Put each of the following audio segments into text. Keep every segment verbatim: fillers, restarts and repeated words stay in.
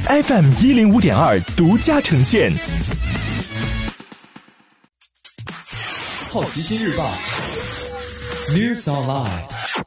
F M 一零五点二独家呈现。 好奇心日报 News Online。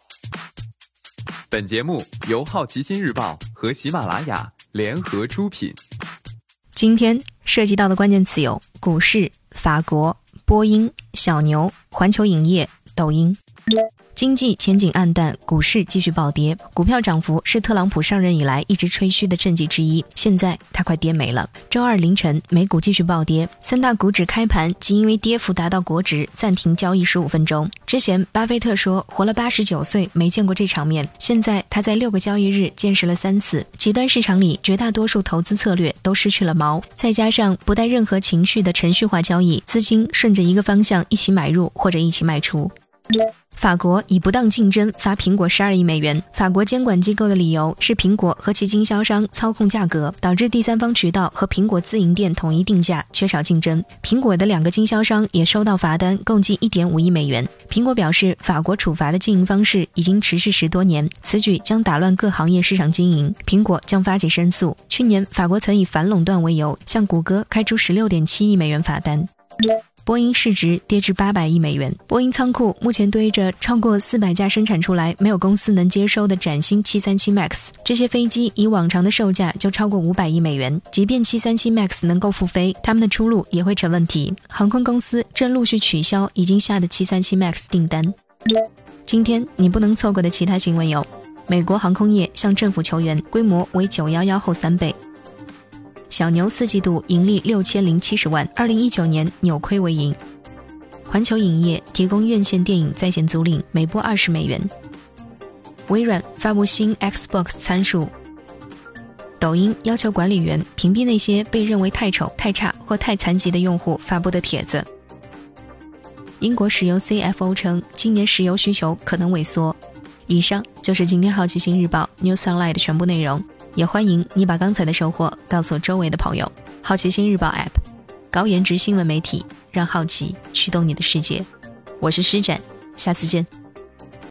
本节目由好奇心日报和喜马拉雅联合出品。 今天涉及到的关键词有股市、法国、波音、小牛、环球影业、抖音。经济前景暗淡，股市继续暴跌，股票涨幅是特朗普上任以来一直吹嘘的政绩之一，现在它快跌没了。周二凌晨，美股继续暴跌，三大股指开盘即因为跌幅达到国值暂停交易十五分钟。之前巴菲特说活了八十九岁没见过这场面，现在他在六个交易日见识了三次。极端市场里绝大多数投资策略都失去了锚，再加上不带任何情绪的程序化交易，资金顺着一个方向一起买入或者一起卖出。法国以不当竞争罚苹果十二亿美元。法国监管机构的理由是苹果和其经销商操控价格，导致第三方渠道和苹果自营店统一定价，缺少竞争。苹果的两个经销商也收到罚单，共计 一点五亿美元。苹果表示，法国处罚的经营方式已经持续十多年，此举将打乱各行业市场经营，苹果将发起申诉。去年，法国曾以反垄断为由，向谷歌开出 十六点七亿美元罚单。波音市值跌至八百亿美元。波音仓库目前堆着超过四百架生产出来没有公司能接收的崭新七三七 MAX， 这些飞机以往常的售价就超过五百亿美元，即便七三七 MAX 能够复飞，他们的出路也会成问题。航空公司正陆续取消已经下的七三七 MAX 订单。今天你不能错过的其他新闻有：美国航空业向政府求援，规模为九一一后三倍。小牛四季度盈利六千零七十万，二零一九年扭亏为盈。环球影业提供院线电影在线租赁，每部二十美元。微软发布新 Xbox 参数。抖音要求管理员屏蔽那些被认为太丑、太差或太残疾的用户发布的帖子。英国石油 C F O 称，今年石油需求可能萎缩。以上就是今天好奇心日报 News Online 的全部内容。也欢迎你把刚才的收获告诉周围的朋友。好奇心日报 App， 高颜值新闻媒体，让好奇驱动你的世界。我是施展，下次见。